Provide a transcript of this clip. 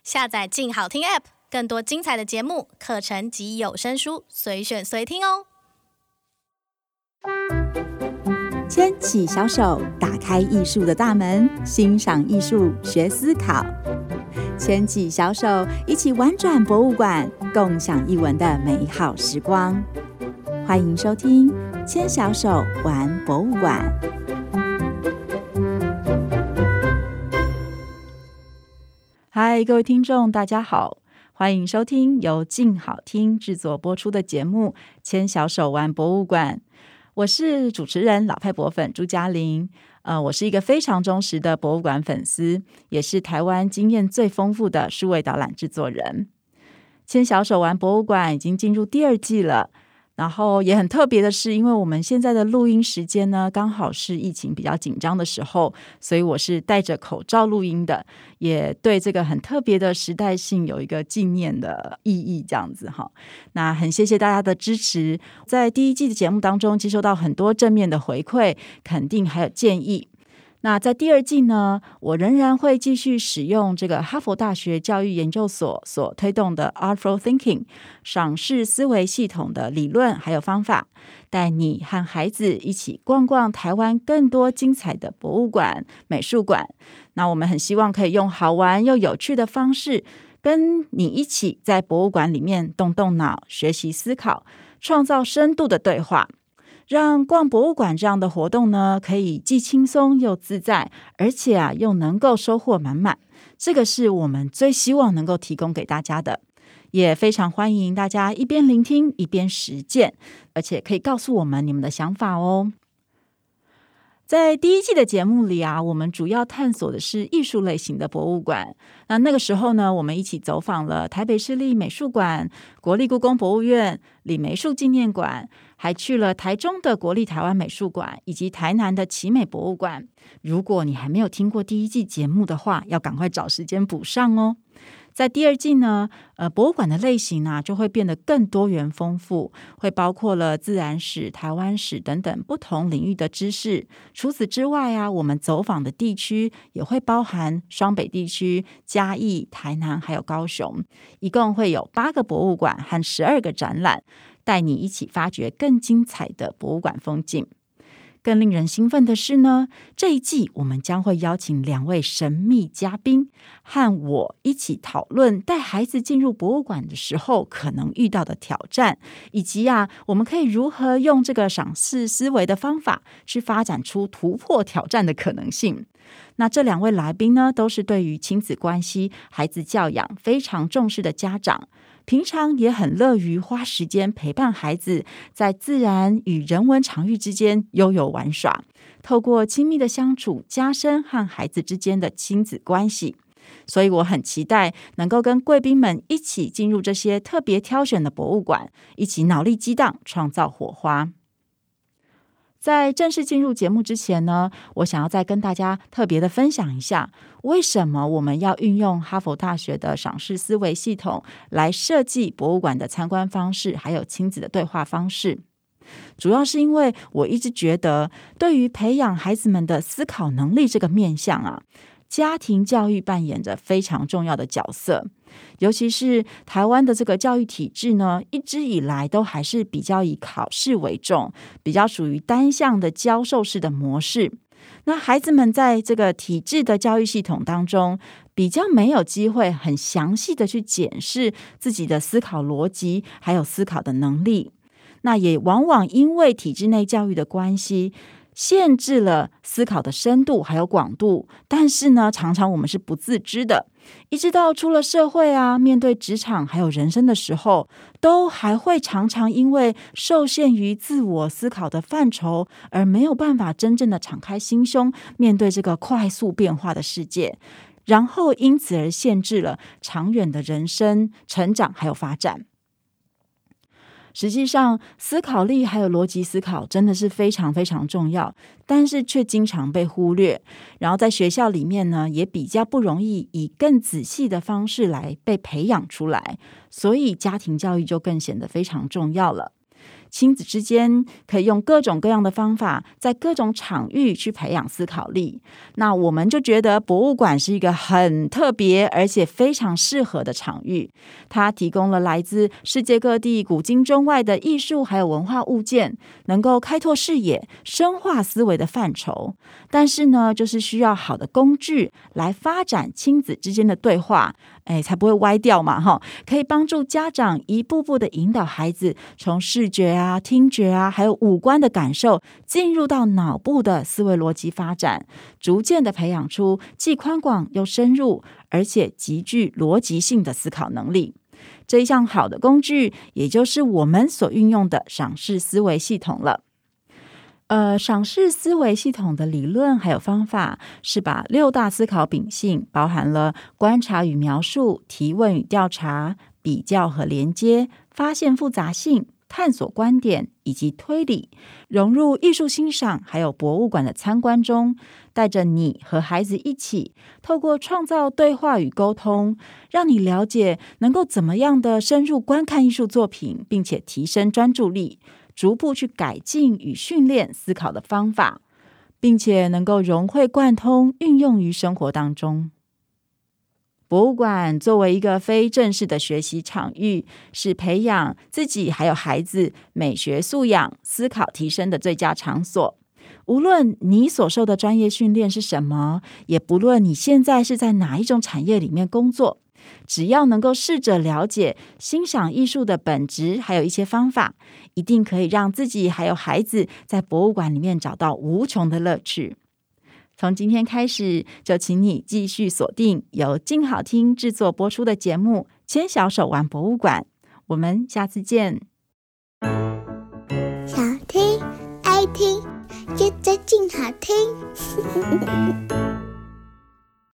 下载静好听 App， 更多精彩的节目、课程及有声书，随选随听哦。 牵起小手，打开艺术的大门，欣赏艺术，学思考。牵起小手，一起玩转博物馆，共享艺文的美好时光。欢迎收听《牵小手玩博物馆》。嗨，各位听众，大家好，欢迎收听由静好听制作播出的节目《牵小手玩博物馆》。我是主持人老派博粉朱嘉玲。我是一个非常忠实的博物馆粉丝，也是台湾经验最丰富的数位导览制作人。牵小手玩博物馆已经进入第2季了，然后也很特别的是，因为我们现在的录音时间呢，刚好是疫情比较紧张的时候，所以我是戴着口罩录音的，也对这个很特别的时代性有一个纪念的意义，这样子哈。那很谢谢大家的支持，在第1季的节目当中接收到很多正面的回馈、肯定还有建议。那在第2季呢，我仍然会继续使用这个哈佛大学教育研究所所推动的 Artful Thinking 赏识思维系统的理论还有方法，带你和孩子一起逛逛台湾更多精彩的博物馆、美术馆。那我们很希望可以用好玩又有趣的方式，跟你一起在博物馆里面动动脑，学习思考，创造深度的对话。让逛博物馆这样的活动呢，可以既轻松又自在，而且又能够收获满满。这个是我们最希望能够提供给大家的，也非常欢迎大家一边聆听一边实践，而且可以告诉我们你们的想法哦。在第1季的节目里我们主要探索的是艺术类型的博物馆。那个时候呢，我们一起走访了台北市立美术馆、国立故宫博物院、李梅树纪念馆，还去了台中的国立台湾美术馆以及台南的奇美博物馆。如果你还没有听过第1季节目的话，要赶快找时间补上哦。在第2季呢，博物馆的类型就会变得更多元丰富，会包括了自然史、台湾史等等不同领域的知识。除此之外我们走访的地区也会包含双北地区、嘉义、台南还有高雄，一共会有8个博物馆和12个展览，带你一起发掘更精彩的博物馆风景。更令人兴奋的是呢，这一季我们将会邀请2位神秘嘉宾，和我一起讨论带孩子进入博物馆的时候可能遇到的挑战，以及我们可以如何用这个赏识思维的方法去发展出突破挑战的可能性。那这2位来宾呢，都是对于亲子关系、孩子教养非常重视的家长，平常也很乐于花时间陪伴孩子在自然与人文场域之间悠游玩耍，透过亲密的相处加深和孩子之间的亲子关系。所以我很期待能够跟贵宾们一起进入这些特别挑选的博物馆，一起脑力激荡，创造火花。在正式进入节目之前呢，我想要再跟大家特别的分享一下，为什么我们要运用哈佛大学的赏识思维系统来设计博物馆的参观方式，还有亲子的对话方式。主要是因为我一直觉得，对于培养孩子们的思考能力这个面向家庭教育扮演着非常重要的角色。尤其是台湾的这个教育体制呢，一直以来都还是比较以考试为重，比较属于单向的教授式的模式。那孩子们在这个体制的教育系统当中，比较没有机会很详细的去检视自己的思考逻辑，还有思考的能力。那也往往因为体制内教育的关系，限制了思考的深度还有广度，但是呢，常常我们是不自知的，一直到出了社会面对职场还有人生的时候，都还会常常因为受限于自我思考的范畴，而没有办法真正的敞开心胸，面对这个快速变化的世界，然后因此而限制了长远的人生成长还有发展。实际上，思考力还有逻辑思考真的是非常非常重要，但是却经常被忽略。然后在学校里面呢，也比较不容易以更仔细的方式来被培养出来，所以家庭教育就更显得非常重要了。 亲子之间可以用各种各样的方法，在各种场域去培养思考力。那我们就觉得博物馆是一个很特别而且非常适合的场域，它提供了来自世界各地古今中外的艺术还有文化物件，能够开拓视野、深化思维的范畴。但是呢，就是需要好的工具来发展亲子之间的对话，才不会歪掉嘛，可以帮助家长一步步的引导孩子从视觉啊、听觉啊，还有五官的感受，进入到脑部的思维逻辑发展，逐渐的培养出既宽广又深入，而且极具逻辑性的思考能力。这一项好的工具，也就是我们所运用的赏识思维系统了。赏识思维系统的理论还有方法是把6大思考秉性，包含了观察与描述、提问与调查、比较和连接、发现复杂性、探索观点以及推理，融入艺术欣赏还有博物馆的参观中，带着你和孩子一起，透过创造对话与沟通，让你了解能够怎么样的深入观看艺术作品，并且提升专注力，逐步去改进与训练思考的方法，并且能够融会贯通运用于生活当中。博物馆作为一个非正式的学习场域，是培养自己还有孩子美学素养、思考提升的最佳场所。无论你所受的专业训练是什么，也不论你现在是在哪一种产业里面工作，只要能够试着了解欣赏艺术的本质，还有一些方法，一定可以让自己还有孩子在博物馆里面找到无穷的乐趣。从今天开始，就请你继续锁定由静好听制作播出的节目《牵小手玩博物馆》，我们下次见。 想听爱听，就在静好听。